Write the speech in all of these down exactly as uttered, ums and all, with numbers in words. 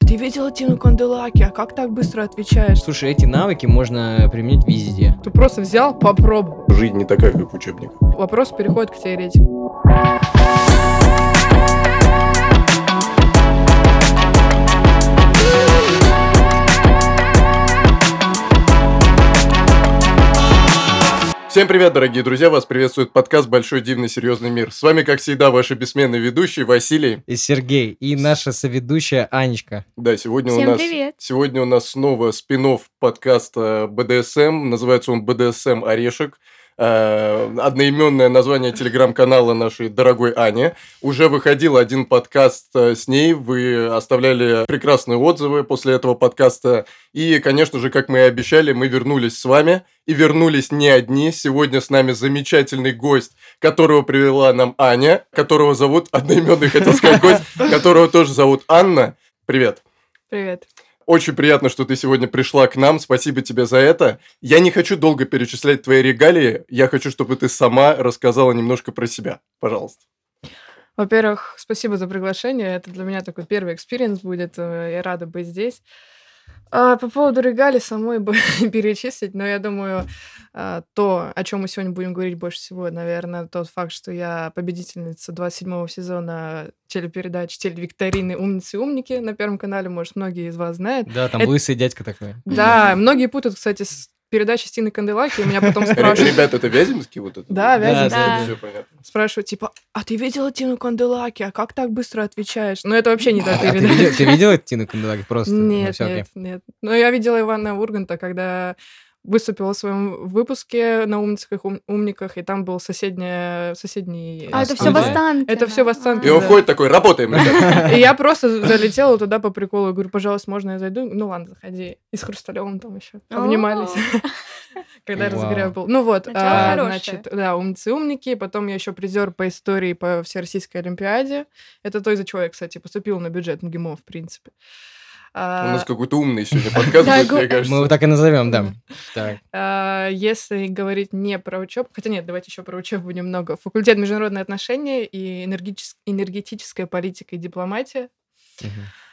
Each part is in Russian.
Ты видела Тину Канделаки? А как так быстро отвечаешь? Слушай, эти навыки можно применять везде. Ты просто взял, попробовал. Жизнь не такая, как учебник. Вопрос переходит к теоретике. Всем привет, дорогие друзья! Вас приветствует подкаст «Большой, дивный, серьезный мир». С вами, как всегда, ваши бессменные ведущие Василий И Сергей, и наша соведущая Анечка. Да, сегодня Всем у нас привет. сегодня у нас снова спин-офф подкаста бэ дэ эс эм. Называется он бэ дэ эс эм Орешек. Э, Одноименное название телеграм-канала нашей дорогой Ани. Уже выходил один подкаст э, с ней. Вы оставляли прекрасные отзывы после этого подкаста. И, конечно же, как мы и обещали, мы вернулись с вами. И вернулись не одни. Сегодня с нами замечательный гость, которого привела нам Аня, которого зовут одноименный, хотел сказать, гость, которого тоже зовут Анна. Привет. Привет. Очень приятно, что ты сегодня пришла к нам. Спасибо тебе за это. Я не хочу долго перечислять твои регалии. Я хочу, чтобы ты сама рассказала немножко про себя. Пожалуйста. Во-первых, спасибо за приглашение. Это для меня такой первый экспириенс будет. Я рада быть здесь. А, по поводу регалий самой бы перечислить, но я думаю, а, то, о чем мы сегодня будем говорить больше всего, наверное, тот факт, что я победительница двадцать седьмого сезона телепередачи, телевикторины «Умницы и умники» на Первом канале, может, многие из вас знают. Да, там Это- лысый дядька такой. Да, многие путают, кстати, с передачей Тины Канделаки, и меня потом спрашивают, Ребят, это Вяземский вот это? Да, Да, Вяземский. да, Все понятно. спрашивают, типа, а ты видела Тину Канделаки? А как так быстро отвечаешь? Ну, это вообще не та А ты передача. видел- ты видела Тину Канделаки просто? Ну, Нет, всё, окей. нет, нет. Но я видела Ивана Урганта, когда выступила в своем выпуске на «Умницах и ум- умниках», и там был соседняя, соседний... А, это студия. все в Останкино. Это всё в Останкино. И он Да. входит такой: работаем, ребят. И я просто залетела туда по приколу. Говорю, пожалуйста, можно я зайду? Ну ладно, заходи. И с Хрусталевым там еще О. обнимались. Когда Вау. разогрев был. Ну вот, Начало а, хорошее. значит, да, «Умницы и умники». Потом я еще призер по истории по Всероссийской Олимпиаде. Это то, из-за чего я, кстати, поступила на бюджет МГИМО, в принципе. У А, нас какой-то умный сегодня подкаст Да, будет, го- мне кажется. Мы его так и назовем, да. Так. А, Если говорить не про учебу, хотя нет, давайте еще про учебу немного. Факультет международные отношения и энергетичес- энергетическая политика и дипломатия. Мгм.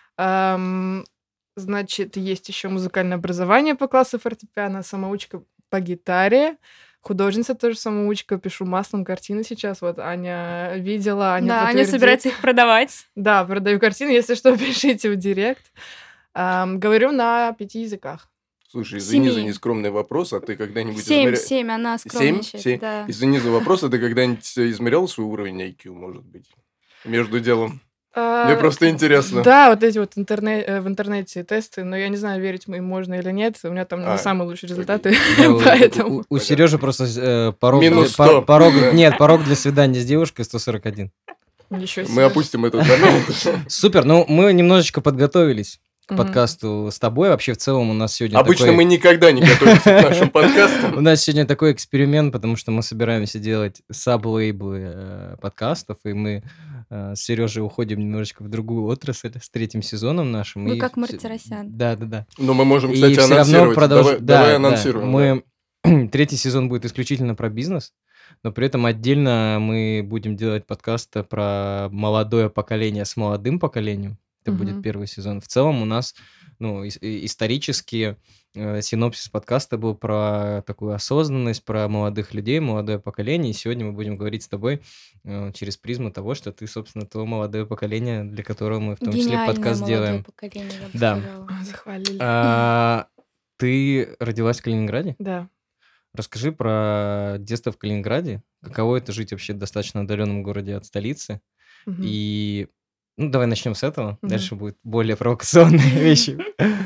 Ам, Значит, есть еще музыкальное образование по классу фортепиано, самоучка по гитаре, художница тоже самоучка, пишу маслом картины сейчас. Вот Аня видела, Аня Да, Аня подтвердит. собирается их продавать. Да, продаю картины, если что, пишите в директ. Ам, говорю на пяти языках. Слушай, извини за Семи. нескромный вопрос, а ты когда-нибудь Семь, измеря- семь, она Семь? скромничает. Семь? Да. Извини за вопрос, а ты когда-нибудь измерял свой уровень ай кью, может быть? Между делом. А, Мне просто интересно. Да, вот эти вот интернет, э, в интернете тесты, но я не знаю, верить им можно или нет. У меня там А, не самые лучшие результаты, Да, у- поэтому... у- У Сережи просто э, порог... Минус пор- сто. порог- Да. Нет, порог для свидания с девушкой сто сорок один. Ничего себе. Мы опустим этот момент. Супер, ну мы немножечко подготовились к Мгм. подкасту с тобой. Вообще, в целом, у нас сегодня Обычно такой... мы никогда не готовимся к нашим У подкастам. нас сегодня такой эксперимент, потому что мы собираемся делать саб-лейблы э, подкастов, и мы э, с Сережей уходим немножечко в другую отрасль с третьим сезоном нашим. Вы и как вс- Мартиросян. Да, да, да. Но мы можем, И кстати, все равно анонсировать. продолж- Давай- да, Давай да. анонсируем. да. Мы третий сезон будет исключительно про бизнес, но при этом отдельно мы будем делать подкасты про молодое поколение с молодым поколением. Это Мгм. будет первый сезон. В целом у нас, ну, ис- и- исторически э, синопсис подкаста был про такую осознанность, про молодых людей, молодое поколение. И сегодня мы будем говорить с тобой э, через призму того, что ты, собственно, то молодое поколение, для которого мы в том числе Гениальное подкаст молодое делаем. поколение, я бы Да. сказала. Ой, захвалили. А, Ты родилась в Калининграде? Да. Расскажи про детство в Калининграде. Каково это жить вообще в достаточно отдаленном городе от столицы? Мгм. И, ну, давай начнем с этого. Мгм. Дальше будут более провокационные вещи.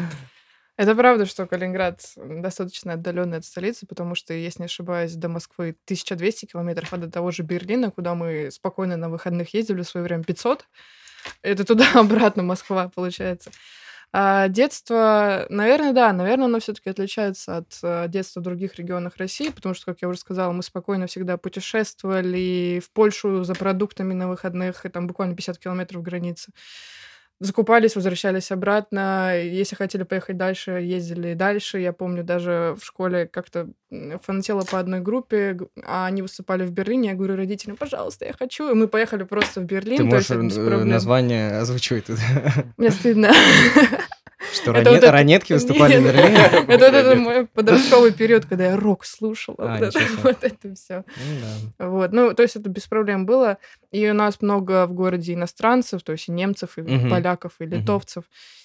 Это правда, что Калининград достаточно отдаленный от столицы, потому что, если не ошибаюсь, до Москвы тысяча двести километров, а до того же Берлина, куда мы спокойно на выходных ездили в свое время пятьсот. Это туда-обратно Москва, получается. А детство, наверное, да, наверное, оно все-таки отличается от э, детства в других регионах России, потому что, как я уже сказала, мы спокойно всегда путешествовали в Польшу за продуктами на выходных, и там буквально пятьдесят километров границы. закупались, возвращались обратно. Если хотели поехать дальше, ездили дальше. Я помню, даже в школе как-то м, фанатела по одной группе, г- а они выступали в Берлине. Я говорю родителям, пожалуйста, я хочу. И мы поехали просто в Ты Берлин, то есть можешь это без э, проблем. название озвучивать тут? Мне стыдно. Что, Это вот ране- это... ранетки выступали в Нет, Берлине? это вот это мой подростковый период, когда я рок слушала. А, Вот это, ничего себе. вот это все. Ну да. Вот, ну, то есть это без проблем было. И у нас много в городе иностранцев, то есть и немцев, и Мгм, поляков, и мгм. литовцев.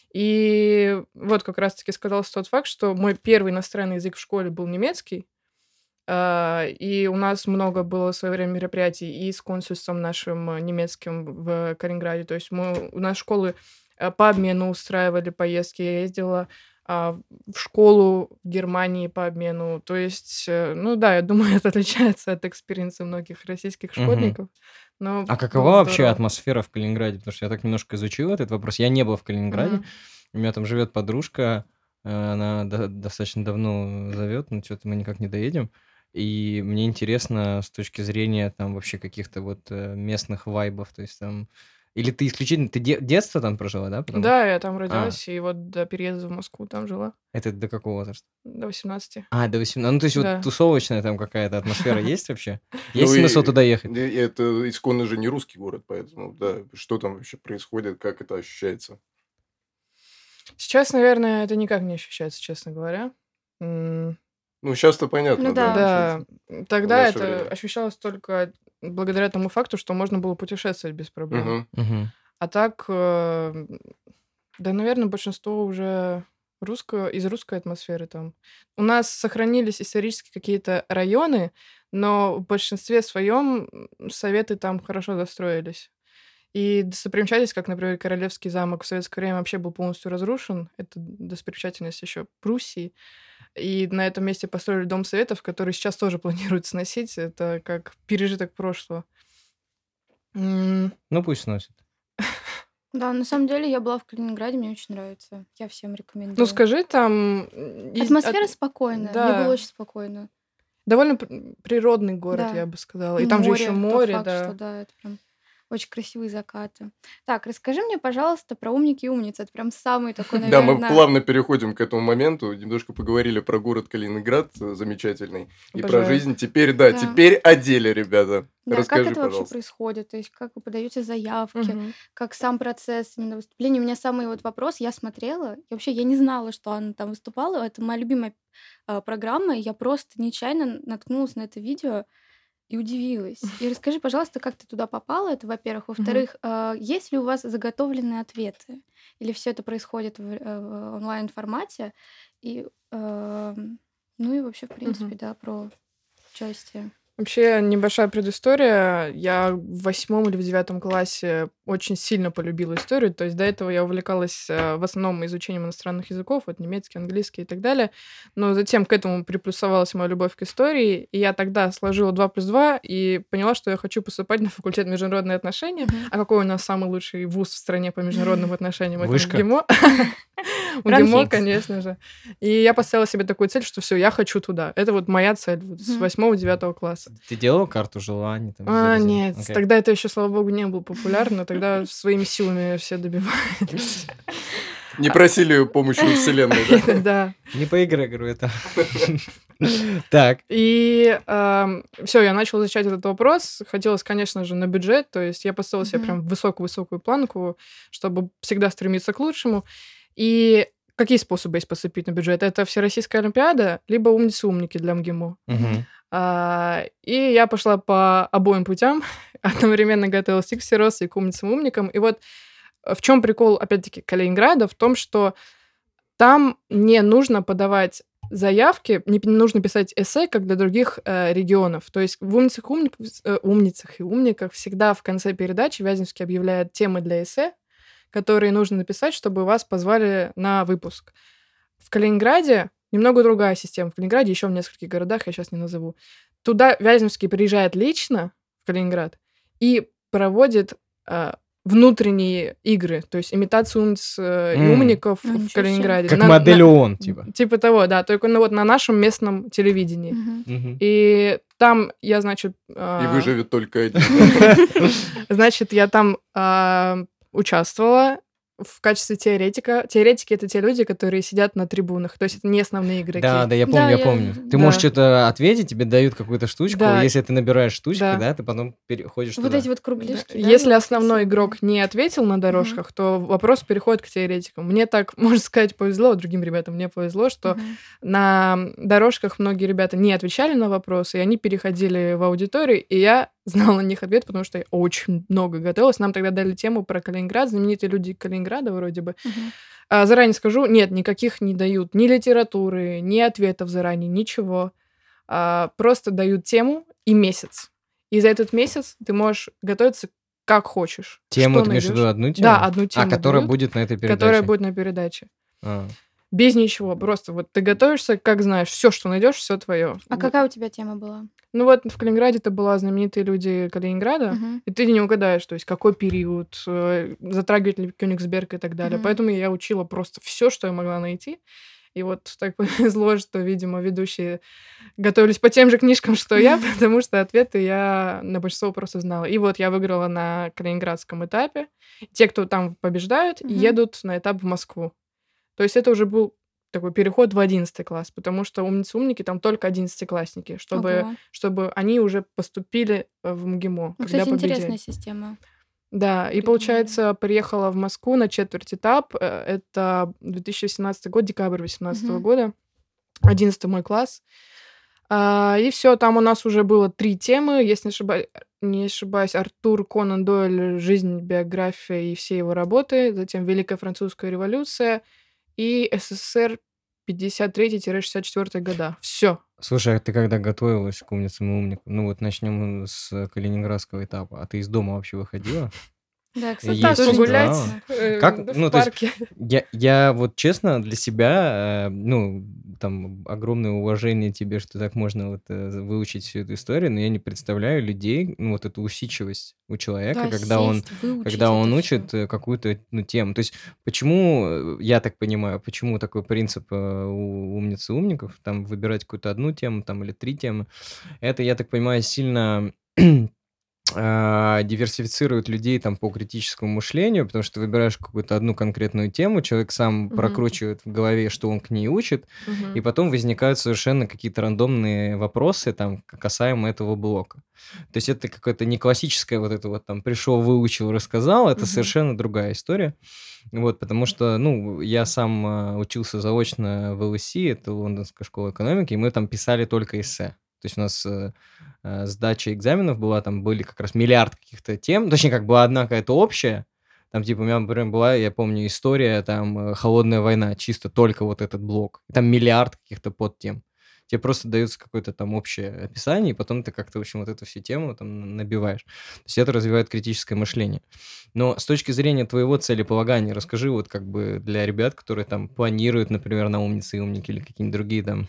И вот как раз-таки сказался тот факт, что мой первый иностранный язык в школе был немецкий. А, И у нас много было в свое время мероприятий и с консульством нашим э, немецким в Калининграде. То есть мы, у нас школы э, по обмену устраивали поездки. Я ездила а, в школу в Германии по обмену. То есть, э, ну да, я думаю, это отличается от экспириенса многих российских Мгм. школьников. Но А какова было вообще здорово. атмосфера в Калининграде? Потому что я так немножко изучил этот вопрос. Я не был в Калининграде. Мгм. У меня там живет подружка. э, Она до- достаточно давно зовет, но что-то мы никак не доедем. И мне интересно с точки зрения там вообще каких-то вот э, местных вайбов. То есть там... Или ты исключительно... Ты де- детство там прожила, да? Потому... Да, я там А, родилась, и вот до переезда в Москву там жила. это до какого возраста? До восемнадцати. А, до восемнадцати. Ну, то есть вот Да. тусовочная там какая-то атмосфера есть вообще? Ну Есть смысл и туда ехать? и это исконно же не русский город, поэтому, да, что там вообще происходит, как это ощущается? Сейчас, наверное, это никак не ощущается, честно говоря. М, Ну, сейчас-то понятно, Ну да, да. сейчас, Да, в тогда наше это время. ощущалось только благодаря тому факту, что можно было путешествовать без проблем. Мгм. Мгм. А так, э, да, наверное, большинство уже русско... из русской атмосферы там. У нас сохранились исторически какие-то районы, но в большинстве своем м, советы там хорошо застроились. И достопримечательность, как, например, Королевский замок в советское время вообще был полностью разрушен. Это достопримечательность еще Пруссии. И на этом месте построили Дом Советов, который сейчас тоже планируют сносить. Это как пережиток прошлого. М, Ну, пусть сносит. Да, на самом деле я была в Калининграде, мне очень нравится. Я всем Ну, рекомендую. скажи, там м, из- Атмосфера от- спокойная, мне было да, очень спокойно. довольно п- природный город, Да. я бы сказала. И И там же еще море, тот море, факт, что да. да, это прям очень красивые закаты. Так, расскажи мне, пожалуйста, про умники и умницы. Это прям самый такой, Да, мы наверное... плавно переходим к этому моменту. Немножко поговорили про город Калининград э, замечательный и про Обожаю. жизнь. Теперь, да, Да. теперь о деле, ребята. Да, как Расскажи, это вообще пожалуйста. происходит? То есть как вы подаете заявки, Мгм. как сам процесс именно выступления? У меня самый вот вопрос, я смотрела, и вообще я не знала, что она там выступала. Это моя любимая а, программа, и я просто нечаянно наткнулась на это видео и удивилась. И расскажи, пожалуйста, как ты туда попала, это во-первых. Мгм. Во-вторых, а, есть ли у вас заготовленные ответы? Или все это происходит в, э, в онлайн-формате? И, эм, ну и вообще, в Мгм. принципе, да, про участие. Вообще небольшая предыстория. Я в восьмом или в девятом классе очень сильно полюбила историю. То есть до этого я увлекалась э, в основном изучением иностранных языков, вот немецкий, английский и так далее. Но затем к этому приплюсовалась моя любовь к истории. И я тогда сложила два плюс два и поняла, что я хочу поступать на факультет международные отношения. Мгм. А какой у нас самый лучший вуз в стране по международным отношениям? Это Вышка. МГИМО. Ранхикс. МГИМО, конечно же. И я поставила себе такую цель, что все, я хочу туда. Это вот моя цель вот с Мгм. восьмого-девятого класса. Ты делала карту желаний? Там, А, визуализировала? нет, Окей. тогда это еще, слава богу, не было популярно. Тогда своими силами все добивались. Не просили помощи у Вселенной, да? Да. Не по эгрегору это. Так. И все, я начала изучать этот вопрос. Хотелось, конечно же, на бюджет. То есть я поставила себе Мгм. прям высокую-высокую планку, чтобы всегда стремиться к лучшему. И какие способы есть поступить на бюджет? Это Всероссийская Олимпиада, либо умницы-умники для МГИМО. Мгм. А, И я пошла по обоим путям, одновременно готовилась и к всерос, и к умницам-умникам. И вот в чем прикол, опять-таки, Калининграда? В том, что там не нужно подавать заявки, не п- нужно писать эссе, как для других э, регионов. То есть в умницах, умник- э, умницах и умниках всегда в конце передачи Вяземский объявляет темы для эссе, которые нужно написать, чтобы вас позвали на выпуск. В Калининграде немного другая система. В Калининграде, еще в нескольких городах, я сейчас не назову. Туда Вяземский приезжает лично, в Калининград, и проводит э, внутренние игры, то есть имитацию умниц э, и М. умников А, в ничего себе. Калининграде. Как На- модель на- ООН, типа. Типа того, да, только ну, вот на нашем местном телевидении. Мгм. Мгм. И там я, значит... И а, выживет только один. Значит, я там а, участвовала, в качестве теоретика. Теоретики — это те люди, которые сидят на трибунах, то есть это не основные игроки. Да, да, я помню, Да, я я... помню. Ты Да. можешь что-то ответить, тебе дают какую-то штучку. Да, Если ты набираешь штучки, да. да, ты потом переходишь Вот туда. эти вот Да. кругляшки, да, Если вот основной красивые. игрок не ответил на Мгм. дорожках, то вопрос переходит к теоретикам. Мне так, можно сказать, повезло, другим ребятам мне повезло, что Мгм. на дорожках многие ребята не отвечали на вопросы, и они переходили в аудиторию, и я знала на них ответ, потому что я очень много готовилась. Нам тогда дали тему про Калининград, знаменитые люди Калининграда вроде бы. Мгм. А, заранее скажу, нет, никаких не дают ни литературы, ни ответов заранее, ничего. А, просто дают тему и месяц. И за этот месяц ты можешь готовиться как хочешь. Тему, Что ты имеешь в виду найдешь? одну Да, тему? одну А, тему которая дают, будет на этой которая передаче? будет на передаче. А. Без ничего, просто вот ты готовишься, как знаешь, все, что найдешь, все твое. А какая у тебя тема была? Ну вот в Калининграде это была знаменитые люди Калининграда, Мгм. и ты не угадаешь, то есть какой период, э, затрагивает ли Кёнигсберг и так далее. Мгм. Поэтому я учила просто все, что я могла найти. И вот так повезло, что, видимо, ведущие готовились по тем же книжкам, что я, потому что ответы я на большинство вопросов знала. И вот я выиграла на калининградском этапе. Те, кто там побеждают, Мгм. едут на этап в Москву. То есть это уже был такой переход в одиннадцатый класс, потому что умницы-умники там только одиннадцатиклассники, чтобы, Ого. чтобы они уже поступили э, в МГИМО, Ну, когда кстати, интересная победили. система Да, и придумали. получается, приехала в Москву на четверть этап. э, Это две тысячи восемнадцатый год, декабрь восемнадцатого Мгм. года, одиннадцатый мой класс. А, И все, там у нас уже было три темы, если не ошибаюсь, не ошибаюсь, Артур Конан Дойль, жизнь, биография и все его работы, затем Великая Французская революция и СССР пятьдесят третий — шестьдесят четвёртый года. Все. Слушай, а ты когда готовилась к умницам и умникам? Ну вот начнем с калининградского этапа. А ты из дома вообще выходила? Да, И кстати, Так, тоже есть... погулять А, интересно. э, как, в ну, то есть, парке. я, я вот честно для себя, э, ну, там, огромное уважение тебе, что так можно вот э, выучить всю эту историю, но я не представляю людей, ну, вот эту усидчивость у человека, Да, когда он, сесть, выучить когда он это учит все. э, какую-то, ну, тему. То есть, почему, э, я так понимаю, почему такой принцип э, у умниц и умников, там, выбирать какую-то одну тему, там, или три темы, это, я так понимаю, сильно а, диверсифицирует людей там по критическому мышлению, потому что ты выбираешь какую-то одну конкретную тему, человек сам Мгм. прокручивает в голове, что он к ней учит, и Мгм. потом возникают совершенно какие-то рандомные вопросы там к- касаемо этого блока. То есть это какое-то не классическое вот это вот там пришел, выучил, рассказал, это Мгм. совершенно другая история. Вот, потому что, ну, я сам а, учился заочно в ЛСИ, это Лондонская школа экономики, и мы там писали только эссе. То есть у нас э, э, сдача экзаменов была, там были как раз миллиард каких-то тем, точнее, как была одна какая-то общая, там, типа, у меня, например, была, я помню, история, там, э, холодная война, чисто только вот этот блок, и там миллиард каких-то подтем. Тебе просто дается какое-то там общее описание, и потом ты как-то, в общем, вот эту всю тему там набиваешь. То есть это развивает критическое мышление. Но с точки зрения твоего целеполагания, расскажи вот как бы для ребят, которые там планируют, например, на умницы и умники или какие-нибудь другие там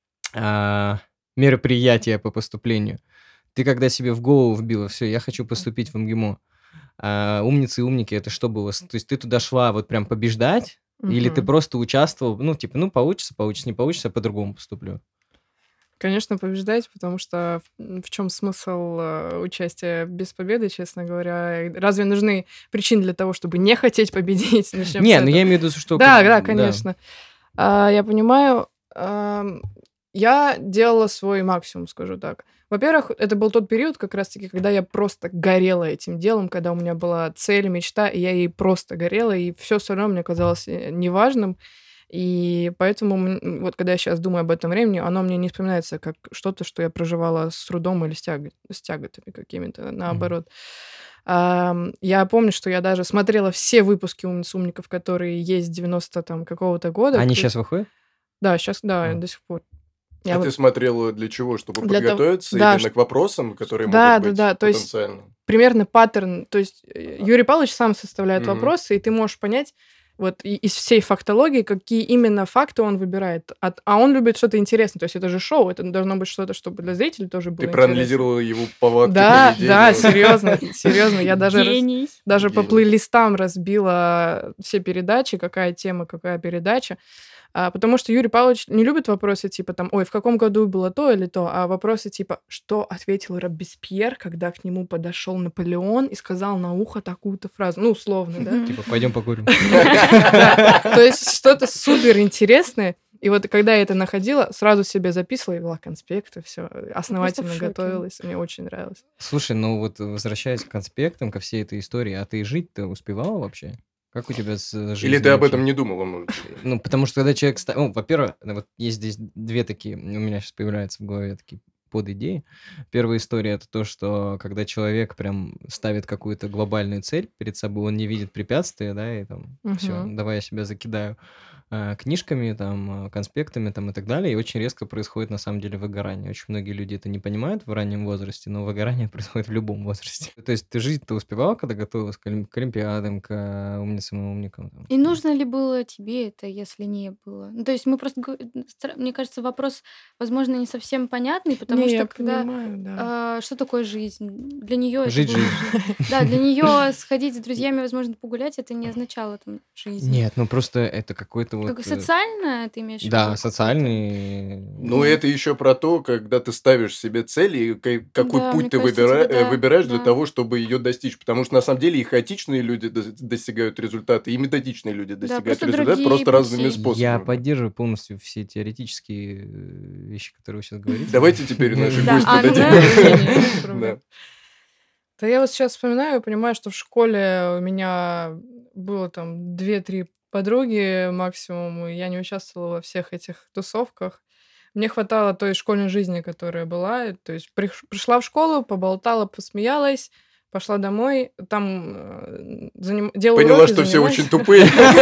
а, мероприятия по поступлению. Ты когда себе в голову вбила, все, я хочу поступить в МГИМО, а, умницы и умники, это что было? С- То есть ты туда шла вот прям побеждать, или ты Мгм. просто участвовал, ну, типа, ну, получится, получится, не получится, я по-другому поступлю. Конечно, побеждать, потому что в, в чем смысл э, участия без победы, честно говоря? И разве нужны причины для того, чтобы не хотеть победить? Начнем с Не, ну этого. я имею в виду, что... Да, как- да, Да. конечно. А, я понимаю. ам, я делала свой максимум, скажу так. Во-первых, это был тот период, как раз-таки, когда я просто горела этим делом, когда у меня была цель, мечта, и я ей просто горела, и все остальное мне казалось э, неважным. И поэтому, м, вот когда я сейчас думаю об этом времени, оно мне не вспоминается как что-то, что я проживала с трудом или с, тяг- с тяготами какими-то, Мгм. наоборот. Ам, я помню, что я даже смотрела все выпуски «Умниц умников», которые есть с девяносто там какого-то года. Они к- сейчас выходят? Да, сейчас, да, А. до сих пор. А Я ты вот смотрела для чего? Чтобы для того, подготовиться да, именно ш- к вопросам, которые да, могут да, быть да, то есть потенциально? примерно паттерн, то есть э, Юрий Павлович сам составляет Мгм. вопросы, и ты можешь понять вот и- из всей фактологии, какие именно факты он выбирает. От- а он любит что-то интересное, то есть это же шоу, это должно быть что-то, чтобы для зрителей тоже было Ты интересно. проанализировала его повадки Да, поведения. да, вот это. серьезно, серьезно, я даже раз- Гений. даже по Гений. плейлистам разбила все передачи, какая тема, какая передача. А, потому что Юрий Павлович не любит вопросы типа там, ой, в каком году было то или то, а вопросы типа, что ответил Робеспьер, когда к нему подошел Наполеон и сказал на ухо такую-то фразу. Ну, условно, да? Типа, пойдем покурим. То есть что-то супер интересное. И вот когда я это находила, сразу себе записывала и вела конспекты, все основательно шоке. готовилась. Мне очень нравилось. Слушай, ну вот возвращаясь к конспектам, ко всей этой истории, а ты жить-то успевала вообще? Как у тебя с э, Или жизнью ты об вообще? этом не думала, может быть? Ну, потому что когда человек... ста- Ну, во-первых, ну, вот есть здесь две такие... У меня сейчас появляются в голове такие подидеи. Первая история — это то, что когда человек прям ставит какую-то глобальную цель перед собой, он не видит препятствия, да, и там все, Мгм. давай я себя закидаю э, книжками, там, э, конспектами, там, и так далее, и очень резко происходит, на самом деле, выгорание. Очень многие люди это не понимают в раннем возрасте, но выгорание происходит в любом возрасте. То есть ты жизнь-то успевала, когда готовилась к, олим- к олимпиадам, к э, умницам и умникам? Там, И к- нужно ли было тебе это, если не было? Ну, то есть мы просто, го- стра- мне кажется, вопрос, возможно, не совсем понятный, потому Не, что я когда понимаю, да. а, что такое жизнь? Для нее это Жить была жизнь. жизнь. Да, для нее сходить с друзьями, возможно, погулять, это не означало там жизнь. Нет, ну просто это какой-то Как вот... э, социально ты имеешь в виду? Да, какой-то? социальный... Ну, Ну, это еще про то, когда ты ставишь себе цели, и ка- какой да, путь мне ты кажется, выбира- тебе, э, да, выбираешь для да. того, чтобы ее достичь. Потому что на самом деле и хаотичные люди дос- достигают результата, и методичные люди Да, достигают просто результата другие просто разными пути. Я способами. поддерживаю полностью все теоретические э, вещи, которые вы сейчас говорите. Давайте теперь нашей Да, гости Анна. дадим. Не-не, без проблем. Да. Да я вот сейчас вспоминаю и понимаю, что в школе у меня было там две-три подруги максимум, и я не участвовала во всех этих тусовках. Мне хватало той школьной жизни, которая была. То есть приш- пришла в школу, поболтала, посмеялась, пошла домой, там э, заним- делала Поняла, уроки, что все занималась. очень тупые.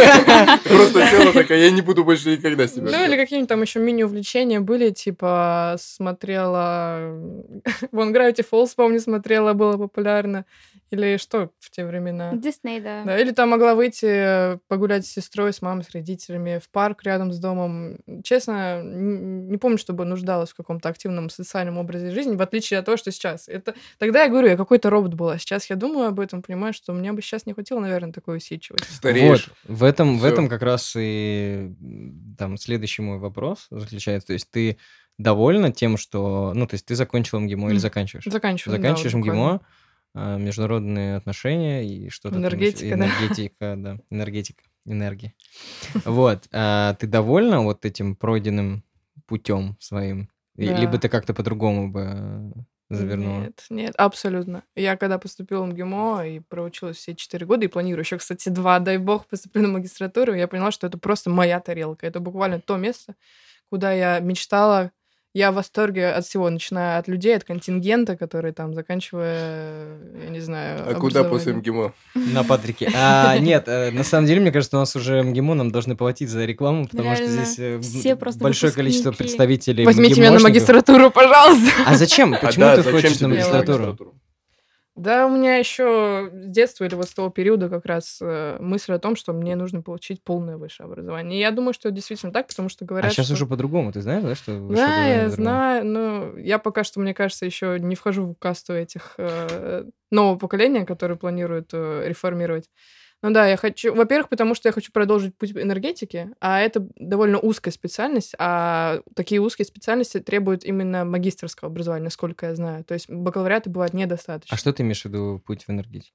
Просто села такая, я не буду больше никогда с тебя Ну, или общаться. какие-нибудь там еще мини-увлечения были, типа смотрела... Вон Gravity Falls, помню, смотрела, было популярно. Или что в те времена? Дисней, да. Да, или там могла выйти погулять с сестрой, с мамой, с родителями в парк рядом с домом. Честно, н- не помню, чтобы нуждалась в каком-то активном социальном образе жизни, в отличие от того, что сейчас. Это тогда я говорю, я какой-то робот была. Сейчас я думаю об этом, понимаю, что мне бы сейчас не хватило, наверное, такой усидчивости. Стареешь. Вот, в этом, в Всё. этом как раз и м, там следующий мой вопрос заключается. То есть ты довольна тем, что... Ну, то есть ты закончила МГИМО или М, заканчиваешь? Заканчиваю, да, вот Заканчиваешь буквально. МГИМО, а, международные отношения и что-то там еще. Энергетика, да. Энергетика, да. Энергетика. Энергия. Вот. а Ты довольна вот этим пройденным путем своим? И- Либо Да. ты как-то по-другому бы э, завернула? Нет, нет, абсолютно. Я когда поступила в МГИМО и проучилась все четыре года, и планирую еще, кстати, два, дай бог, поступлю на магистратуру, я поняла, что это просто моя тарелка. Это буквально то место, куда я мечтала. Я в восторге от всего, начиная от людей, от контингента, который там, заканчивая, я не знаю, А куда после образованием. МГИМО? На Патрике. А, нет, э, на самом деле, мне кажется, у нас уже МГИМО нам должны платить за рекламу, потому что Реально, здесь э, все м, просто большое количество выпускники. представителей Возьмите меня на МГИМОшников. магистратуру, пожалуйста. А зачем? А Почему да, ты зачем хочешь на тебе идти на магистратуру? магистратуру? Да, у меня еще с детства или вот с того периода как раз э, мысль о том, что мне нужно получить полное высшее образование. И я думаю, что это действительно так, потому что А говорят, сейчас что... уже по-другому, ты знаешь, да, что высшее Да, образование я по-другому? знаю, но я пока что, мне кажется, еще не вхожу в касту этих э, нового поколения, которые планируют э, реформировать. Ну да, я хочу, во-первых, потому что я хочу продолжить путь энергетики, а это довольно узкая специальность, а такие узкие специальности требуют именно магистерского образования, насколько я знаю. То есть бакалавриата бывает А недостаточно. что ты имеешь в виду путь в энергетике?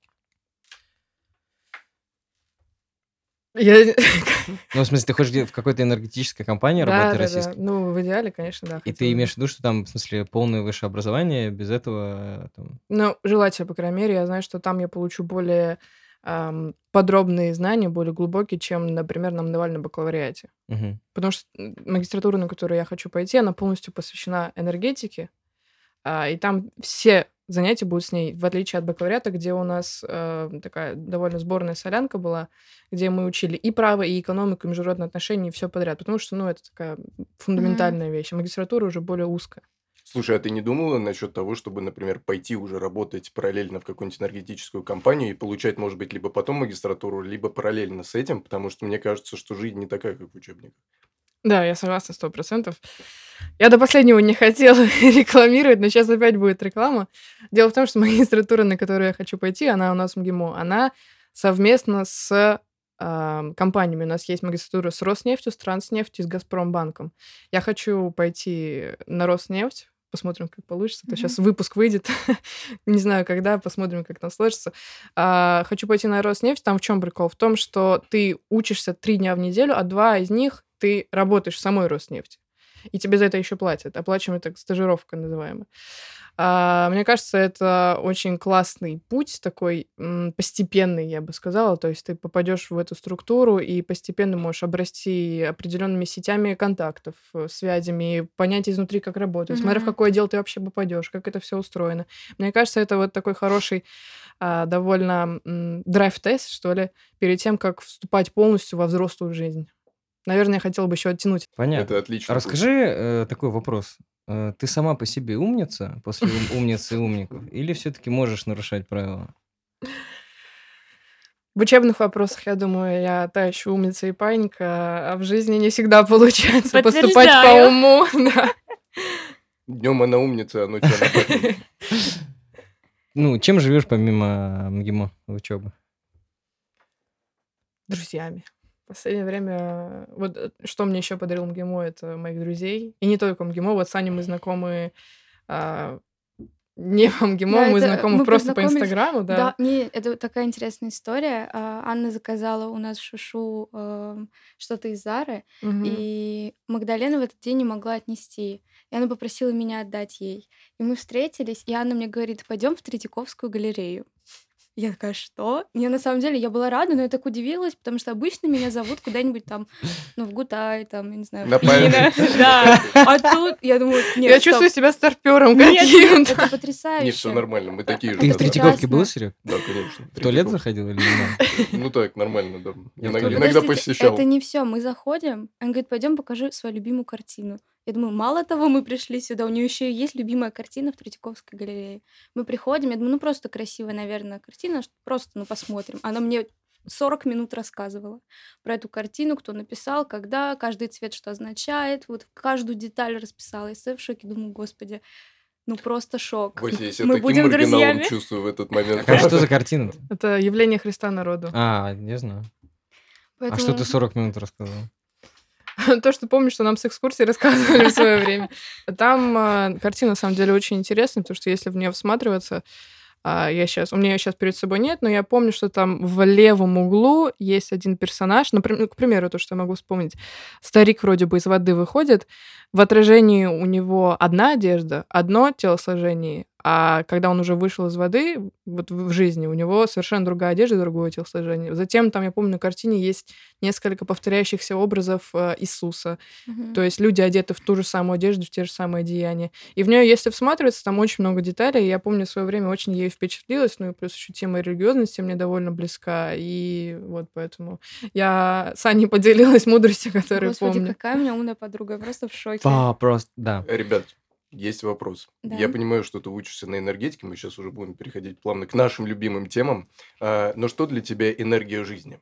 Я... Ну, в смысле, ты хочешь где- в какой-то энергетической компании Да, работать да, да. российской? Ну, в идеале, конечно, да. И хотела ты бы. имеешь в виду, что там, в смысле, полное высшее образование, без этого... э, там, Ну, желательно, по крайней мере, я знаю, что там я получу более ам, подробные знания, более глубокие, чем, например, на минимальном бакалавриате. мгм. Потому что м, магистратура, на которую я хочу пойти, она полностью посвящена энергетике, а, и там все занятия будут с ней, в отличие от бакалавриата, где у нас э, такая довольно сборная солянка была, где мы учили и право, и экономику, и международные отношения, и все подряд. Потому что, ну, это такая Мгм. фундаментальная вещь. А магистратура уже более узкая. Слушай, а ты не думала насчет того, чтобы, например, пойти уже работать параллельно в какую-нибудь энергетическую компанию и получать, может быть, либо потом магистратуру, либо параллельно с этим? Потому что мне кажется, что жизнь не такая, как в учебниках. Да, я согласна, сто процентов. Я до последнего не хотела рекламировать, но сейчас опять будет реклама. Дело в том, что магистратура, на которую я хочу пойти, она у нас в МГИМО, она совместно с а, компаниями. У нас есть магистратура с Роснефтью, с Транснефтью, с Газпромбанком. Я хочу пойти на Роснефть, посмотрим, как получится. То Мгм. сейчас выпуск выйдет, не знаю когда, посмотрим, как там сложится. А, хочу пойти на Роснефть. Там в чем прикол? В том, что ты учишься три дня в неделю, а два из них ты работаешь в самой Роснефти. И тебе за это еще платят. Оплачиваемая так стажировка называемая. А, мне кажется, это очень классный путь, такой м, постепенный, я бы сказала. То есть ты попадешь в эту структуру и постепенно можешь обрасти определенными сетями контактов, э, связями, понять изнутри, как работает, смотря в Мгм. какой отдел ты вообще попадешь, как это все устроено. Мне кажется, это вот такой хороший, а, довольно м, драйв-тест, что ли, перед тем, как вступать полностью во взрослую жизнь. Наверное, я хотела бы еще оттянуть. Понятно. Это отлично. Расскажи э, такой вопрос. Э, Ты сама по себе умница после ум- умниц и умников? Или все-таки можешь нарушать правила? В учебных вопросах, я думаю, я та еще умница и паника, а в жизни не всегда получается поступать по Подтверждаю. уму. Да. Днем она умница, а ночью она папа. Ну, чем живешь помимо МГИМО учебы? Друзьями. В последнее время... Вот э, что мне еще подарил МГИМО, это моих друзей. И не только МГИМО. Вот с Аней мы знакомы а, не по МГИМО, Да, мы это знакомы мы просто по познакомились. Инстаграму, да. Да, не, это такая интересная история. А, Анна заказала у нас в Шушу эм, что-то из Зары, Мгм. и Магдалена в этот день не могла отнести. И она попросила меня отдать ей. И мы встретились, и Анна мне говорит, пойдем в Третьяковскую галерею. Я такая, что? Я на самом деле, я была рада, но я так удивилась, потому что обычно меня зовут куда-нибудь там, ну, в Гутай, там, я не знаю, На в Пино. память. Да. А тут я думаю, Я нет, стоп. чувствую себя старпером Нет, нет, каким-то. это Не, все потрясающе. нормально, мы такие же. Ты в да, да. Третьяковке был, Прекрасно. Серег? Да, конечно. В туалет Третьяков. заходил или не? Ну так, нормально, да. Я в Иногда, туалет. иногда Подождите, посещал. это не все. Мы заходим, он говорит, пойдем покажи свою любимую картину. Я думаю, мало того, мы пришли сюда, у нее еще и есть любимая картина в Третьяковской галерее. Мы приходим, я думаю, ну просто красивая, наверное, картина, что- просто, ну посмотрим. Она мне сорок минут рассказывала про эту картину, кто написал, когда, каждый цвет что означает, вот каждую деталь расписала. Я стою в шоке, думаю, господи, ну просто шок. Вася, я себя Мы таким будем маргиналом друзьями. чувствую в этот момент. А что за картина? Это явление Христа народу. А, не знаю. А что Поэтому ты сорок минут рассказал? То, что помню, что нам с экскурсии рассказывали в свое время. Там а, картина, на самом деле, очень интересная, потому что если в нее всматриваться, а, я сейчас, у меня ее сейчас перед собой нет, но я помню, что там в левом углу есть один персонаж, например, ну, к примеру, то, что я могу вспомнить. Старик вроде бы из воды выходит, в отражении у него одна одежда, одно телосложение, а когда он уже вышел из воды, вот в в жизни, у него совершенно другая одежда, другое телосложение. Затем там, я помню, на картине есть несколько повторяющихся образов э, Иисуса. Мгм. То есть люди одеты в ту же самую одежду, в те же самые одеяния. И в нее, если всматриваться, там очень много деталей. Я помню, в свое время очень ей впечатлилась, ну и плюс еще тема религиозности мне довольно близка. И вот поэтому я с Аней поделилась мудростью, которую Господи, помню. какая у меня умная подруга, я просто в шоке. Па, просто, да. Ребят, есть вопрос. Да. Я понимаю, что ты учишься на энергетике, мы сейчас уже будем переходить плавно к нашим любимым темам. А, но что для тебя энергия жизни?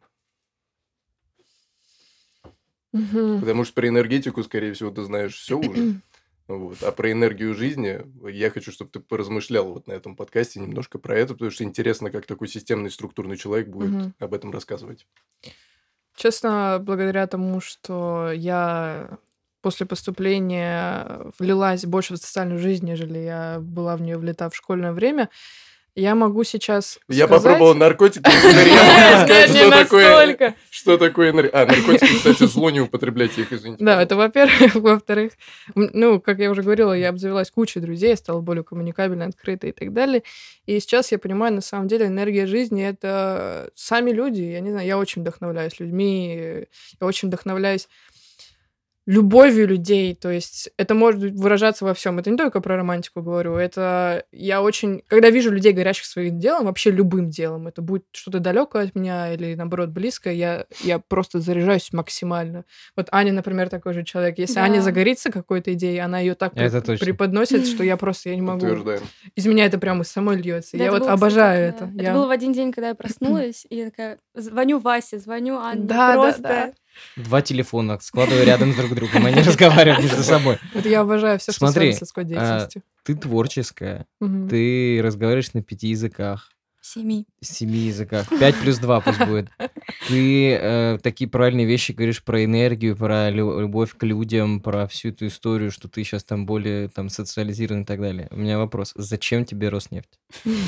Мгм. Потому что про энергетику, скорее всего, ты знаешь все уже. Вот. А про энергию жизни я хочу, чтобы ты поразмышлял вот на этом подкасте немножко про это, потому что интересно, как такой системный структурный человек будет Мгм. об этом рассказывать. Честно, благодаря тому, что я после поступления влилась больше в социальную жизнь, нежели я была в нее влита в школьное время, я могу сейчас Я сказать... попробовал наркотики, Нет, сказать, не что такое, настолько. что такое энергия. А, наркотики, кстати, зло не употребляйте их, извините. Да, это во-первых. Во-вторых, м, ну, как я уже говорила, я обзавелась кучей друзей, я стала более коммуникабельной, открытой и так далее. И сейчас я понимаю, на самом деле, энергия жизни — это сами люди. Я не знаю, я очень вдохновляюсь людьми, я очень вдохновляюсь любовью людей, то есть это может выражаться во всем. Это не только про романтику говорю, это я очень... Когда вижу людей, горящих своим делом, вообще любым делом, это будет что-то далекое от меня или, наоборот, близкое, я, я просто заряжаюсь максимально. Вот Аня, например, такой же человек. Если Да. Аня загорится какой-то идеей, она ее так Это при- точно. преподносит, что я просто я не могу... Подтверждаем. Из меня это прямо из самой льется. Да, Я это вот было, кстати, обожаю да. это. Это Я- было в один день, когда я проснулась, и я такая, звоню Васе, звоню Анне, Да, да, просто... да. Два телефона складываю рядом друг с другом, они разговаривают между собой. Вот я обожаю все, что Смотри, связано с людской деятельностью. Ты творческая, Мгм. ты разговариваешь на пяти языках. Семи. Семи языках. Пять плюс два пусть будет. Ты э, такие правильные вещи говоришь про энергию, про лю- любовь к людям, про всю эту историю, что ты сейчас там более там социализирован и так далее. У меня вопрос. Зачем тебе Роснефть?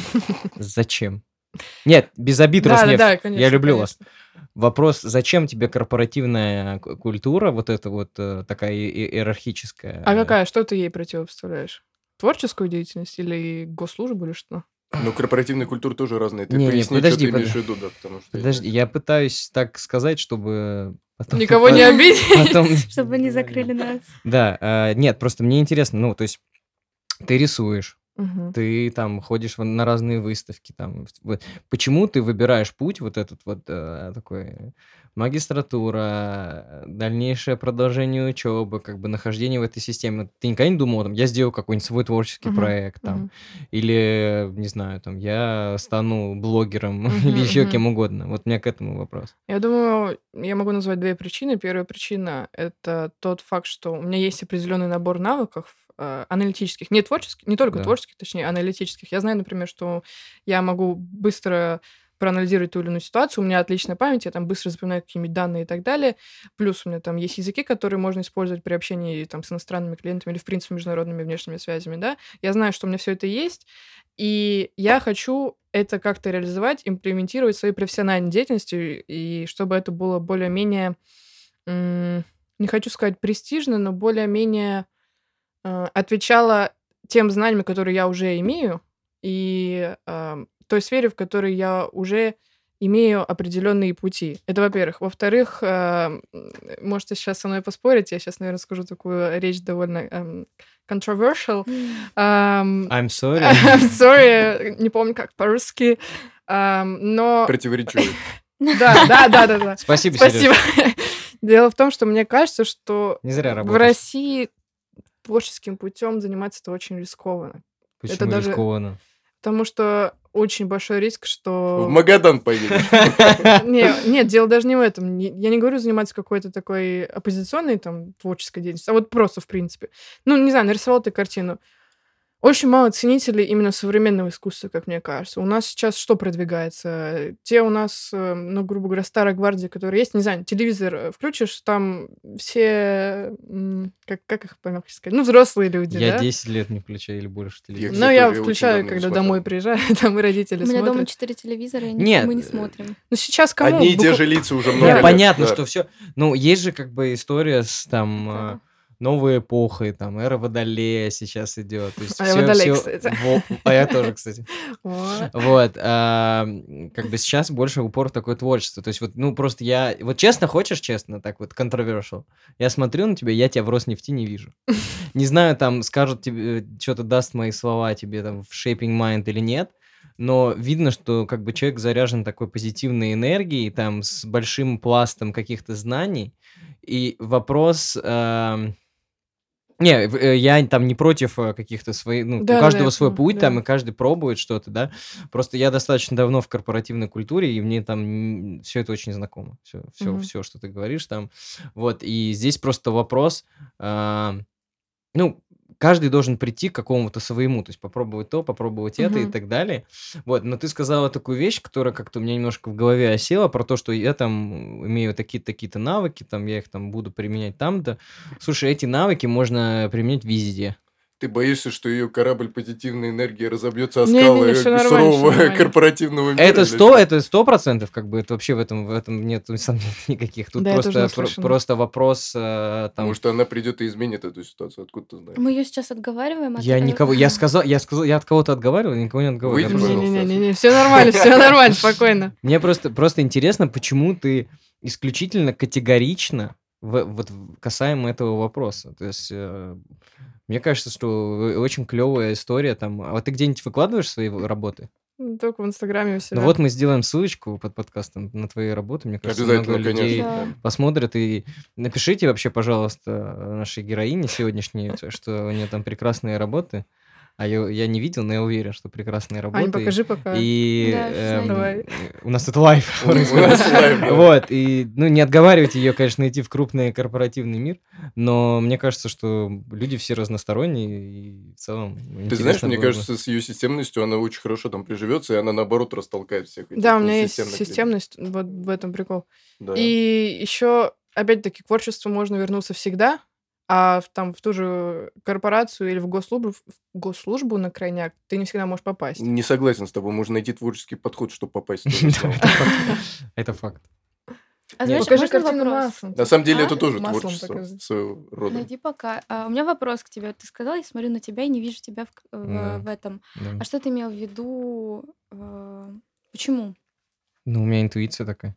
Зачем? Нет, без обид, Да, да, Роснефть. да, Я конечно, люблю вас. конечно. Вопрос, зачем тебе корпоративная к- культура, вот эта вот э, такая и- и- иерархическая? А какая? Что ты ей противопоставляешь? Творческую деятельность или госслужбу или что? Ну, корпоративная культура тоже разная. Ты Не, не, поясни, подожди, что ты имеешь под- в виду, да, потому что... я Подожди, не- я пытаюсь так сказать, чтобы потом... Никого не обидеть? потом- Чтобы они закрыли нас. Да, а, нет, просто мне интересно, ну, то есть ты рисуешь, Мгм. ты там ходишь в- на разные выставки, там, в- почему ты выбираешь путь вот этот вот э, такой магистратура, э, дальнейшее продолжение учебы, как бы нахождение в этой системе? Ты никогда не думал, там, я сделаю какой-нибудь свой творческий Мгм. проект, там, Мгм. или, не знаю, там, я стану блогером Мгм, или еще мгм. кем угодно. Вот у меня к этому вопрос. Я думаю, я могу назвать две причины. Первая причина — это тот факт, что у меня есть определенный набор навыков э, аналитических, не творческих, не только Да. творческих, точнее, аналитических. Я знаю, например, что я могу быстро проанализировать ту или иную ситуацию, у меня отличная память, я там быстро запоминаю какие-нибудь данные и так далее. Плюс у меня там есть языки, которые можно использовать при общении там, с иностранными клиентами или, в принципе, международными внешними связями, да. Я знаю, что у меня все это есть, и я хочу это как-то реализовать, имплементировать в своей профессиональной деятельности, и чтобы это было более-менее, м, не хочу сказать престижно, но более-менее э, отвечало тем знаниям, которые я уже имею, и ам, той сфере, в которой я уже имею определенные пути. Это, во-первых. Во-вторых, ам, м, можете сейчас со мной поспорить, я сейчас, наверное, скажу такую речь довольно эм, controversial. Ам, I'm sorry. I'm sorry, не помню, как по-русски. Ам, но Противоречивый. да, да, да, да, да. Спасибо, Спасибо. Серёж. Дело в том, что мне кажется, что Не зря в работаешь. России творческим путем заниматься это очень рискованно. Это Почему даже рискованно? потому что очень большой риск, В что... Магадан поедешь. Не, нет, дело даже не в этом. Не- Я не говорю заниматься какой-то такой оппозиционной там творческой деятельностью, а вот просто в принципе. Ну, не знаю, нарисовал ты картину. Очень мало ценителей именно современного искусства, как мне кажется. У нас сейчас что продвигается? Те у нас, э, ну, грубо говоря, старая гвардия, которые есть, не знаю, телевизор э, включишь, там все, м, как, как их помягче сказать, ну, взрослые люди, Я да? десять лет не включаю или больше Я, телевизор. Ну, кстати, я тоже очень включаю, давно не когда смотрел. домой приезжаю, там и родители У меня дома смотрят. четыре телевизора, и Нет, мы не э, смотрим. Ну, сейчас кому? Одни и те Букв- же лица уже Да. много Не, лет. понятно, да. что все. Ну, есть же как бы история с там Да. э, новой эпохой, там эра Водолея сейчас идет. То есть А я все, Водолей, все. кстати. А я тоже, кстати. Вот. Вот, а, м, как бы сейчас больше упор в такое творчество. То есть вот, ну, просто я... Вот честно, хочешь честно, так вот, controversial? Я смотрю на тебя, я тебя в Роснефти не вижу. Не знаю, там, скажут тебе, что-то даст мои слова тебе там в Shaping Mind или нет, но видно, что как бы человек заряжен такой позитивной энергией, там, с большим пластом каких-то знаний. И вопрос... ам, Не, в- э, я там не против э, каких-то своих, ну, у Да-да-да, каждого я свой поняла, путь, там, да. и каждый пробует что-то, да. Просто я достаточно давно в корпоративной культуре, и мне там все это очень знакомо. Все, все, Мгм. все, что ты говоришь там. Вот, и здесь просто вопрос, а, ну, каждый должен прийти к какому-то своему, то есть попробовать то, попробовать это и Мгм. так далее. Вот, но ты сказала такую вещь, которая как-то у меня немножко в голове осела, про то, что я там имею такие-то, такие-то навыки, там, я их там буду применять там-то. Слушай, эти навыки можно применять везде. Ты боишься, что ее корабль позитивной энергии разобьется о Не-не-не, скалы всё нормально, всё сурового нормально. корпоративного мира? Это или сто, что? это сто процентов, как бы, это вообще в этом, в этом нет сомнений никаких. Тут Да, я тоже просто, про- наслышана. просто вопрос э, там... Может, она придет и изменит эту ситуацию, откуда ты знаешь? Мы ее сейчас отговариваем от... Я э, никого, я сказал, я сказал, я от кого-то отговаривал, я никого не отговаривал. Я Выйди, просто- пожалуйста. Не-не-не, все нормально, все нормально, спокойно. Мне просто, просто интересно, почему ты исключительно категорично в- вот в- касаемо этого вопроса. То есть, э, мне кажется, что очень клевая история там. А вот ты где-нибудь выкладываешь свои в- работы? Ну, Только в Инстаграме у себя. Ну вот мы сделаем ссылочку под подкастом на твои работы. Мне кажется, Обязательно, много людей конечно. Да. да. посмотрят. И напишите вообще, пожалуйста, нашей героине сегодняшней, что у нее там прекрасные работы. А я, я не видел, но я уверен, что прекрасные Ань, работы. покажи пока. И Да, сейчас эм, Давай. у нас тут лайв У нас происходит. лайв, да. Вот, и, ну, не отговаривайте ее, конечно, идти в крупный корпоративный мир, но мне кажется, что люди все разносторонние, и в целом Ты знаешь, интересно мне было бы. кажется, с ее системностью она очень хорошо там приживется, и она, наоборот, растолкает всех этих Да, у меня есть несистемных людей. системность, вот в этом прикол. Да. И еще, опять-таки, к творчеству можно вернуться всегда, а в, там, в ту же корпорацию или в госслужбу, в госслужбу на крайняк ты не всегда можешь попасть. Не согласен с тобой, можно найти творческий подход, чтобы попасть в то же Да, дело. это факт. Это факт. А Нет. знаешь, Покажи можно картину вопрос? маслом. На самом деле А? это тоже Маслом творчество покажи. своего рода. Найди пока. А, у меня вопрос к тебе. Ты сказала, я смотрю на тебя и не вижу тебя в, к- в- Да, в этом. да. А что ты имел в виду? э, Почему? Ну, у меня интуиция такая.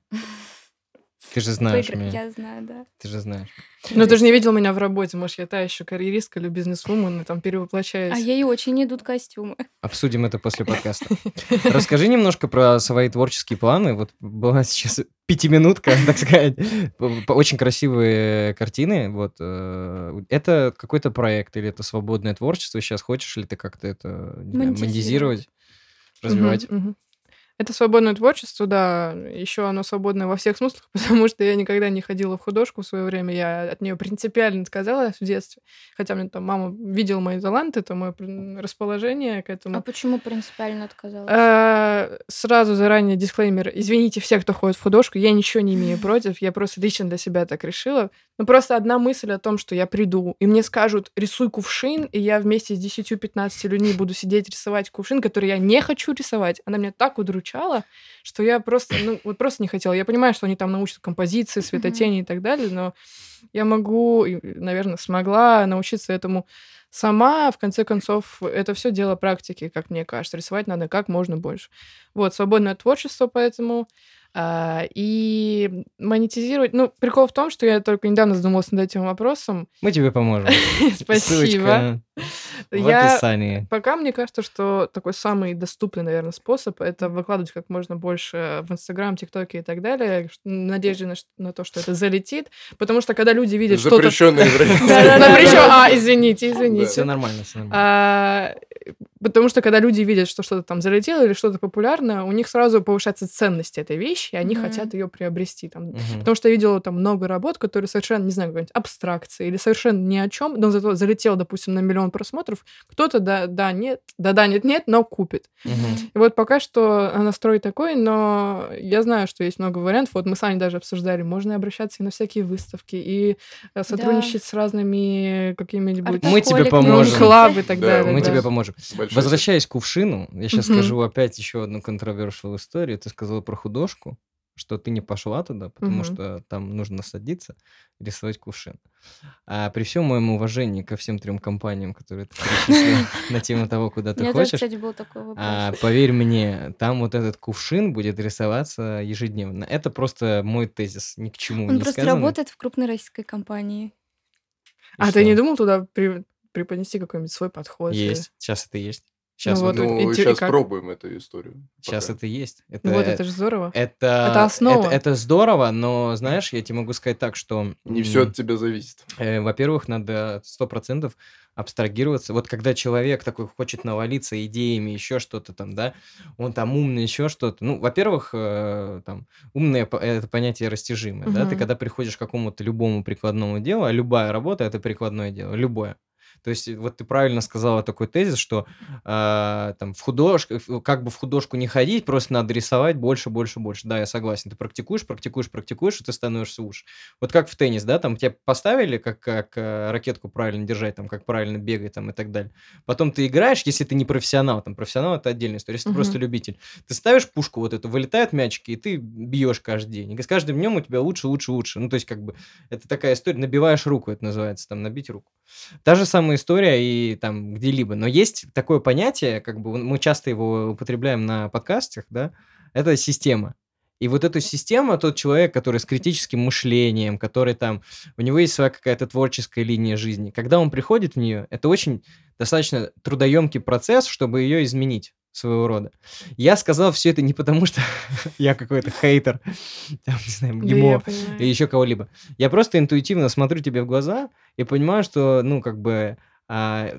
Ты же знаешь Поигра- меня. Я знаю, да. Ты же знаешь. Ну, ты же не видел меня в работе. Может, я та еще карьеристка или бизнес-вумен, и там А перевоплощаюсь. ей очень идут костюмы. Обсудим это после подкаста. Расскажи немножко про свои творческие планы. Вот была сейчас пятиминутка, так сказать. П- п- Очень красивые картины. Вот. э, Это какой-то проект или это свободное творчество? Сейчас хочешь ли ты как-то это, не знаю, Монетизировать. монетизировать, Мгм, развивать? мгм. Это свободное творчество, да. Еще оно свободное во всех смыслах, потому что я никогда не ходила в художку в свое время. Я от нее принципиально отказалась в детстве. Хотя мне там мама видела мои таланты, это мое пр- расположение к А этому. почему принципиально отказалась? Э, Сразу заранее дисклеймер. Извините все, кто ходит в художку, я ничего не имею против, я просто лично для себя так решила. Ну, просто одна мысль о том, что я приду, и мне скажут, рисуй кувшин, и я вместе с десятью-пятнадцатью людьми буду сидеть рисовать кувшин, который я не хочу рисовать. Она меня так удручала, что я просто, ну, вот просто не хотела. Я понимаю, что они там научат композиции, Мгм. светотени и так далее, но я могу, и, наверное, смогла научиться этому сама. В конце концов, это все дело практики, как мне кажется. Рисовать надо как можно больше. Вот, свободное творчество, поэтому... а, и монетизировать... Ну, прикол в том, что я только недавно задумалась над этим вопросом. Мы тебе поможем. Спасибо. Ссылочка в Я... описании. Пока мне кажется, что такой самый доступный, наверное, способ — это выкладывать как можно больше в Инстаграм, ТикТоке и так далее, ш- в надежде на, ш- на то, что это залетит. Потому что когда люди видят что-то... Запрещенные в России. Да-да-да, причем... А, извините, Все извините. нормально, все нормально. А, Потому что когда люди видят, что что-то там залетело или что-то популярно, у них сразу повышается ценность этой вещи, и они Мгм. хотят ее приобрести. Там. Мгм. Потому что я видела там много работ, которые совершенно, не знаю, какая-нибудь абстракция или совершенно ни о чем, но зато залетел, допустим, на миллион просмотров. Кто-то да, да, нет, да-да, нет-нет, но купит. Мгм. И вот пока что настрой такой, но я знаю, что есть много вариантов. Вот мы с Аней даже обсуждали, можно обращаться и на всякие выставки, и э, сотрудничать с разными какими-нибудь... Мы тебе Артхолик, поможем. Клаб и так Да, далее. Мы да. тебе поможем. Большой Возвращаясь к кувшину, я сейчас Мгм. скажу опять еще одну контровершил историю. Ты сказала про художку, что ты не пошла туда, потому Мгм. что там нужно садиться и рисовать кувшин. А при всем моем уважении ко всем трем компаниям, которые ты перечислил на тему того, куда У ты меня тоже, хочешь, кстати, был такой вопрос. а, поверь мне, там вот этот кувшин будет рисоваться ежедневно. Это просто мой тезис, ни к чему Он не просто сказанный. работает в крупной российской компании. И А что? ты не думал туда при- преподнести какой-нибудь свой подход? или- Есть, сейчас это есть. Сейчас Ну вот, вот, это- и Ну, те- и сейчас как? пробуем эту историю. сейчас пока. это есть. Это, Ну вот, это же здорово. это, Это основа. Это, это здорово, но, знаешь, я тебе могу сказать так, что... Не м, все от тебя зависит. э, во-первых, надо сто процентов абстрагироваться. Вот когда человек такой хочет навалиться идеями, еще что-то там, да, он там умный, еще что-то. Ну, во-первых, э, там, умное по- это понятие растяжимое, да. Ты Мгм. когда приходишь к какому-то любому прикладному делу, а любая работа — это прикладное дело, любое. То есть, вот ты правильно сказала такой тезис, что а, там в художку, как бы в художку не ходить, просто надо рисовать больше, больше, больше. Да, я согласен. Ты практикуешь, практикуешь, практикуешь, и ты становишься лучше. Вот как в теннис, да, там тебя поставили, как, как э, ракетку правильно держать, там, как правильно бегать, там, и так далее. Потом ты играешь, если ты не профессионал, там, профессионал — это отдельная история, если ты Мгм. просто любитель. Ты ставишь пушку вот эту, вылетают мячики, и ты бьешь каждый день. И с каждым днем у тебя лучше, лучше, лучше. Ну, то есть, как бы, это такая история, набиваешь руку, это называется, там, набить руку. Та же самая история и там где-либо. Но есть такое понятие, как бы мы часто его употребляем на подкастах, да, это система. И вот эту систему, тот человек, который с критическим мышлением, который там, у него есть своя какая-то творческая линия жизни, когда он приходит в нее, это очень достаточно трудоемкий процесс, чтобы ее изменить своего рода. Я сказал все это не потому, что я какой-то хейтер, там, не знаю, Да, я ему понимаю. или еще кого-либо. Я просто интуитивно смотрю тебе в глаза и понимаю, что, ну, как бы, а,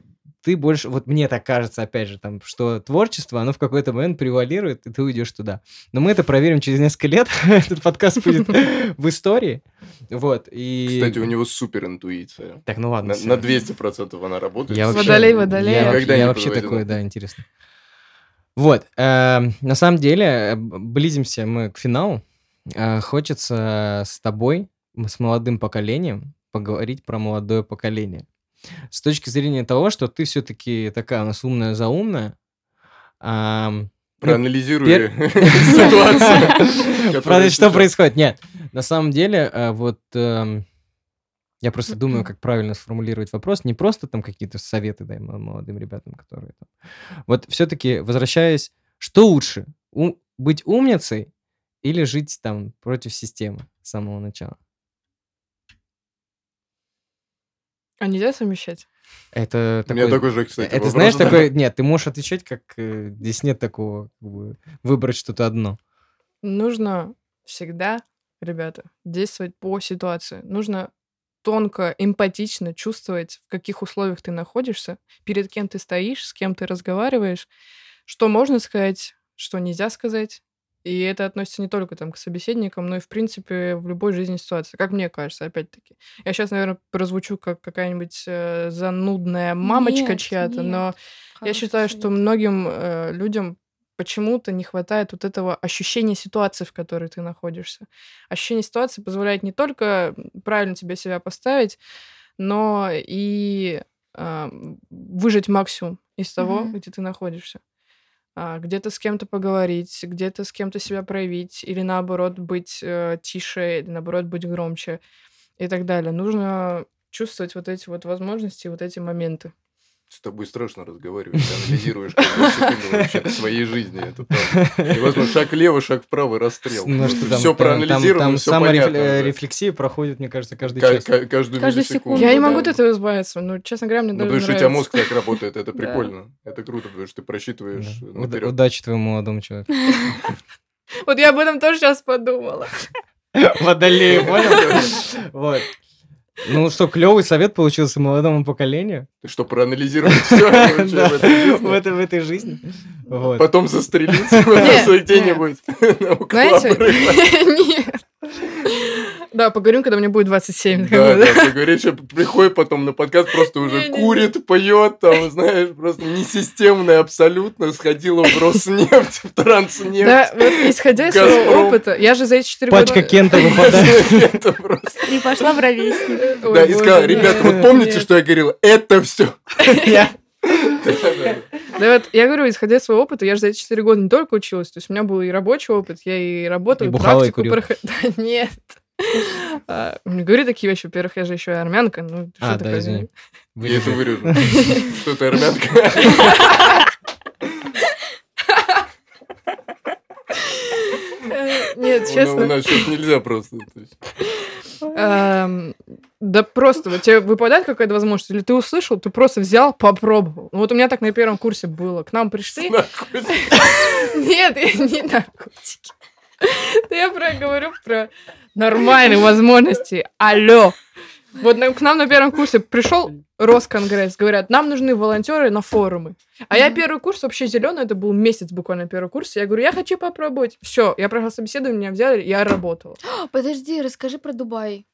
ты больше, вот мне так кажется, опять же, там, что творчество, оно в какой-то момент превалирует, и ты уйдешь туда. Но мы это проверим через несколько лет. Этот подкаст будет в истории. Вот, и... Кстати, у него супер интуиция. Так, ну ладно. На, всё. на двести процентов она работает. Я вообще, Водолей, водолей. Я, вообще- Никогда я не вообще подводил. такой, да, интересно. Вот, эм, на самом деле, э, б- близимся мы к финалу. Э, Хочется с тобой, м, с молодым поколением, поговорить про молодое поколение. С точки зрения того, что ты все-таки такая у нас умная-заумная. ам, ну, Проанализируй пер- ситуацию. Правда, которая что сейчас. происходит? Нет, на самом деле, э, вот эм, я просто думаю, как правильно сформулировать вопрос. Не просто там какие-то советы дай мо- молодым ребятам, которые там. Вот все-таки, возвращаясь, что лучше? У- Быть умницей или жить там против системы с самого начала? А нельзя совмещать? Это У меня такой... такой же, кстати, Это вопрос, знаешь, да. такой... Нет, ты можешь отвечать, как э, здесь нет такого, как бы, выбрать что-то одно. Нужно всегда, ребята, действовать по ситуации. Нужно тонко, эмпатично чувствовать, в каких условиях ты находишься, перед кем ты стоишь, с кем ты разговариваешь, что можно сказать, что нельзя сказать. И это относится не только там к собеседникам, но и, в принципе, в любой жизненной ситуации, как мне кажется, опять-таки. Я сейчас, наверное, прозвучу как какая-нибудь э, занудная мамочка Нет, чья-то, нет. но я Хороший считаю, что совет. многим э, людям почему-то не хватает вот этого ощущения ситуации, в которой ты находишься. Ощущение ситуации позволяет не только правильно тебе себя поставить, но и а, м, выжать максимум из того, Мгм. где ты находишься. А, где-то с кем-то поговорить, где-то с кем-то себя проявить, или наоборот быть э, тише, или наоборот быть громче и так далее. Нужно чувствовать вот эти вот возможности, вот эти моменты. С тобой страшно разговаривать, ты анализируешь каждую секунду вообще своей жизни, это правда. Невозможно, шаг влево, шаг вправо, расстрел. Ну, что там, Все там, там, проанализировано, там все самая понятно. рефле- уже. рефлексия проходит, мне кажется, каждый Ка- час. ка- Каждую Каждую миллисекунду. секунду, Я не да. могу от этого избавиться. Ну, честно говоря, мне Ну, даже потому что у тебя нравится. мозг так работает, это Да. прикольно. Это круто, потому что ты Да. просчитываешь Уда- наперед. Удачи твоему молодому человеку. Вот я об этом тоже сейчас подумала. Водолей, понял? Вот. Ну что, клевый совет получился молодому поколению. Ты что, проанализировать все Да, в этой жизни? в этой в этой жизни. Вот. Потом застрелиться Не, где-нибудь около Знаете? обрыва. Нет. Да, поговорим, когда мне будет двадцать семь. как Да, бы, да. да, поговорить, что приходит потом на подкаст, просто уже Не-не-не. курит, поет, там, знаешь, просто несистемная абсолютно, сходила в Роснефть, в Транснефть. Да, вот исходя из своего Газпром. опыта, я же за эти четыре Пачка года... Кента выпадает. Это просто... И пошла в ровесник. Ой, Да, и боже, сказала, нет, ребята, вот помните, нет. что я говорил? Это все. Я- Да вот я говорю, исходя из своего опыта, я же за эти четыре года не только училась, то есть у меня был и рабочий опыт, я и работала, И и бухала, и практику курила. проход- Да нет. А, Не говори такие вещи, во-первых, я же еще и армянка, ну ты А, что да, такое? извини. Я это Вырежу. вырежу. Что ты, армянка? Э, Нет, У честно. нас сейчас нельзя просто. то есть. Эм, Да просто, вот тебе выпадает какая-то возможность, или ты услышал, ты просто взял, попробовал. Ну вот у меня так на первом курсе было. К нам пришли... Нет, я не наркотики. Да я про говорю про нормальные возможности. Алло. Вот на- к нам на первом курсе пришел Росконгресс, говорят, нам нужны волонтеры на форумы. А я Мгм. первый курс вообще зеленый, это был месяц буквально первый курс. Я говорю, я хочу попробовать. Все, я прошла собеседование, меня взяли, я работала. Подожди, расскажи про Дубай.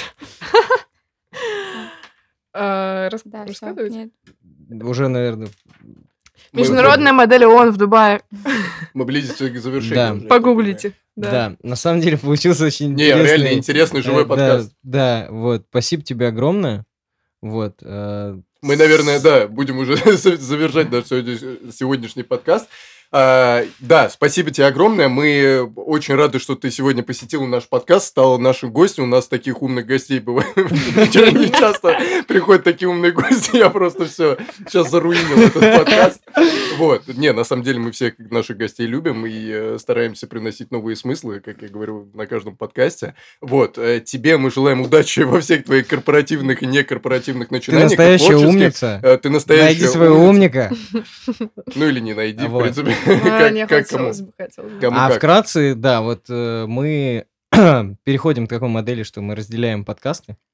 А, рас- Да, всё, рассказывать? нет. Уже, наверное, Мы- Международная модель ООН в Дубае. Мы близимся к завершению. Да. уже, я так Погуглите. да. Да. На самом деле получился очень Не, интересный... реально интересный живой э, да, подкаст. Да, вот. Спасибо тебе огромное. Вот. э, Мы, наверное, да, будем уже завершать наш сегодня- сегодняшний подкаст. А, да, спасибо тебе огромное. Мы очень рады, что ты сегодня посетил наш подкаст, стал нашим гостем. У нас таких умных гостей бывает. Не часто приходят такие умные гости. Я просто все сейчас заруинил этот подкаст. Вот. Не, на самом деле мы всех наших гостей любим и э, стараемся приносить новые смыслы, как я говорю, на каждом подкасте. Вот. э, Тебе мы желаем удачи во всех твоих корпоративных и некорпоративных Ты начинаниях. настоящая творческих. умница. Э, Ты настоящая Найди своего умница. умника. Ну или не найди, в Вот. принципе. А, не Как как кому. хотелось бы, хотелось бы. Кому А как. вкратце, да, вот э, мы переходим к такой модели, что мы разделяем подкасты.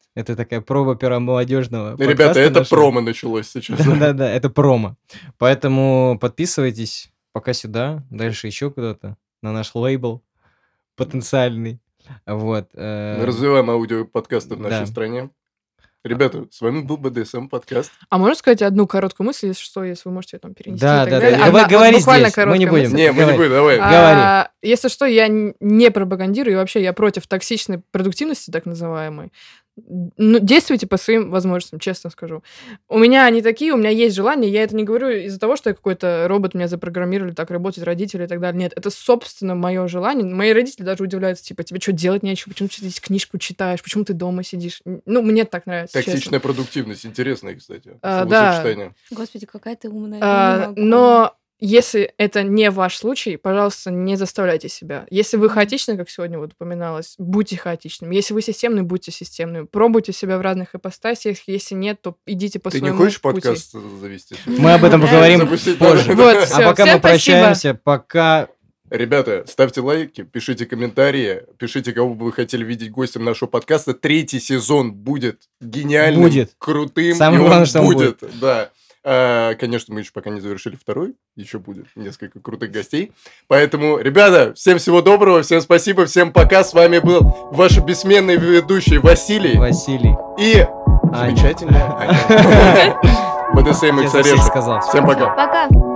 Это такая проба пера молодежного Ребята, подкаста это нашего. промо началось сейчас. Да-да, это промо. Поэтому подписывайтесь пока сюда, дальше еще куда-то, на наш лейбл потенциальный. Вот. э, Мы развиваем аудиоподкасты в нашей Да. стране. Ребята, с вами был БДСМ подкаст. А можно сказать одну короткую мысль, если что, если вы можете ее там перенести? Да, и так да, да. далее? да. Одна- Давай, вот говори буквально здесь, мы короткая не будем. мысль. Не, мы не Говори. будем, давай. А, если что, я н- не пропагандирую, и вообще я против токсичной продуктивности, так называемой. Ну, действуйте по своим возможностям, честно скажу. У меня они такие, у меня есть желание, я это не говорю из-за того, что я какой-то робот, меня запрограммировали так работать, родители и так далее. Нет, это, собственно, мое желание. Мои родители даже удивляются, типа, тебе что, делать нечего? Почему ты здесь книжку читаешь? Почему ты дома сидишь? Ну, мне так нравится, честно. Токсичная продуктивность. Интересное, кстати. А, да. Словосочетание. Господи, какая ты умная. А, я не могу. но если это не ваш случай, пожалуйста, не заставляйте себя. Если вы хаотичны, как сегодня вот упоминалось, будьте хаотичными. Если вы системны, будьте системными. Пробуйте себя в разных ипостасях. Если нет, то идите по Ты не своему хочешь пути. подкаст завести? Мы об этом поговорим Запустить позже. надо. Вот, А всё, пока всем мы спасибо. прощаемся, пока... Ребята, ставьте лайки, пишите комментарии, пишите, кого бы вы хотели видеть гостем нашего подкаста. Третий сезон будет гениальным, Будет. крутым, Самое и он главное, что он будет. Да. А, конечно, мы еще пока не завершили второй, еще будет несколько крутых гостей. Поэтому, ребята, всем всего доброго, всем спасибо, всем пока. С вами был ваш бессменный ведущий Василий Василий. и Аня. замечательная Аня. БДСМ Я Икс за всех Орешек. сказал. Всем пока. Пока.